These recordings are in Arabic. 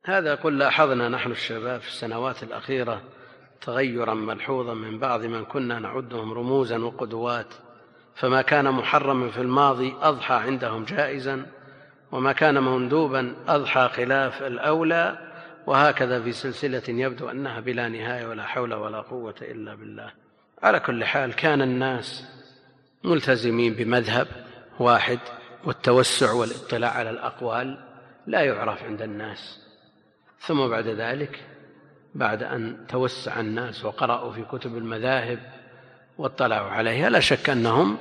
هذا قل لاحظنا نحن الشباب في السنوات الأخيرة تغيرا ملحوظا من بعض من كنا نعدهم رموزا وقدوات، فما كان محرما في الماضي أضحى عندهم جائزا، وما كان مندوبا أضحى خلاف الأولى، وهكذا في سلسلة يبدو أنها بلا نهاية ولا حول ولا قوة إلا بالله. على كل حال كان الناس ملتزمين بمذهب واحد، والتوسع والاطلاع على الأقوال لا يعرف عند الناس، ثم بعد ذلك بعد أن توسع الناس وقرأوا في كتب المذاهب واطلعوا عليها لا شك أنهم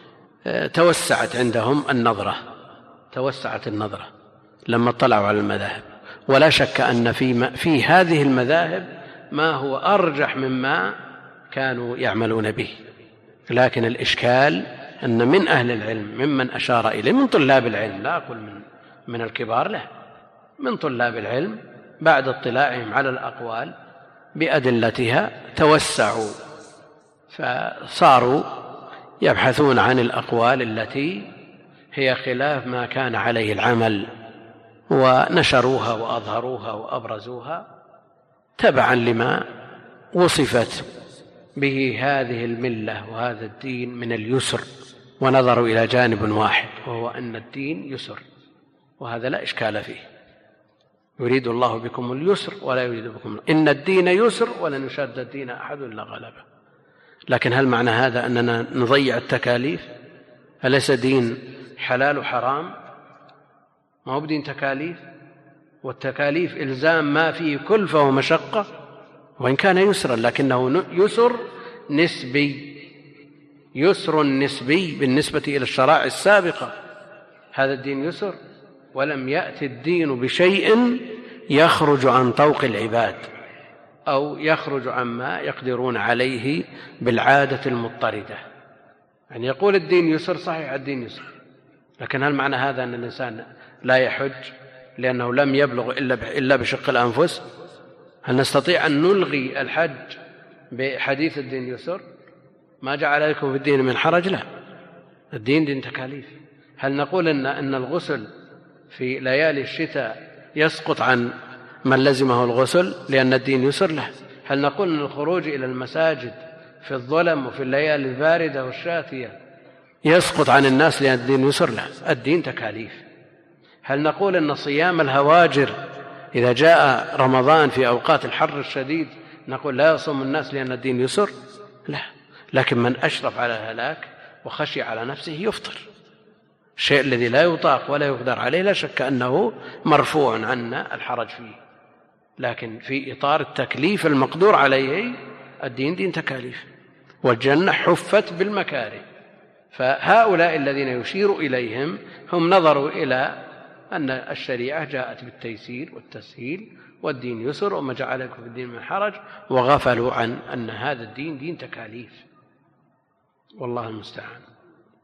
توسعت عندهم النظرة، توسعت النظرة لما اطلعوا على المذاهب، ولا شك أن في هذه المذاهب ما هو أرجح مما كانوا يعملون به. لكن الإشكال أن من أهل العلم ممن أشار إليه من طلاب العلم، لا أقول من الكبار، لا، من طلاب العلم بعد اطلاعهم على الأقوال بأدلتها توسعوا، فصاروا يبحثون عن الأقوال التي هي خلاف ما كان عليه العمل، ونشروها وأظهروها وأبرزوها تبعا لما وصفت به هذه الملة وهذا الدين من اليسر، ونظروا إلى جانب واحد وهو أن الدين يسر، وهذا لا إشكال فيه. يريد الله بكم اليسر ولا يريد بكم إن الدين يسر ولن يشاد الدين أحد إلا غلبه. لكن هل معنى هذا أننا نضيع التكاليف؟ أليس دين حلال وحرام؟ ما هو بدين تكاليف، والتكاليف إلزام ما فيه كلفة ومشقة، وإن كان يسرا لكنه يسر نسبي، يسر نسبي بالنسبة إلى الشرائع السابقة. هذا الدين يسر، ولم يأتي الدين بشيء يخرج عن طوق العباد أو يخرج عما يقدرون عليه بالعادة المضطردة. يعني يقول الدين يسر، صحيح الدين يسر، لكن هل معنى هذا أن الإنسان لا يحج لأنه لم يبلغ إلا بشق الأنفس؟ هل نستطيع أن نلغي الحج بحديث الدين يسر؟ ما جعل لكم في الدين من حرج، لا، الدين دين تكاليف. هل نقول أن الغسل في ليالي الشتاء يسقط عن من لزمه الغسل لأن الدين يسر؟ له. هل نقول أن الخروج إلى المساجد في الظلم وفي الليالي الباردة والشاتية يسقط عن الناس لأن الدين يسر؟ له، الدين تكاليف. هل نقول أن صيام الهواجر إذا جاء رمضان في أوقات الحر الشديد نقول لا يصوم الناس لأن الدين يسر؟ لا، لكن من أشرف على الهلاك وخشي على نفسه يفطر. الشيء الذي لا يطاق ولا يقدر عليه لا شك أنه مرفوع عنا الحرج فيه، لكن في إطار التكليف المقدور عليه الدين دين تكاليف، والجنة حفت بالمكاره. فهؤلاء الذين يشير إليهم هم نظروا إلى أن الشريعة جاءت بالتيسير والتسهيل والدين يسر وما جعلكم في الدين من حرج، وغفلوا عن أن هذا الدين دين تكاليف، والله المستعان.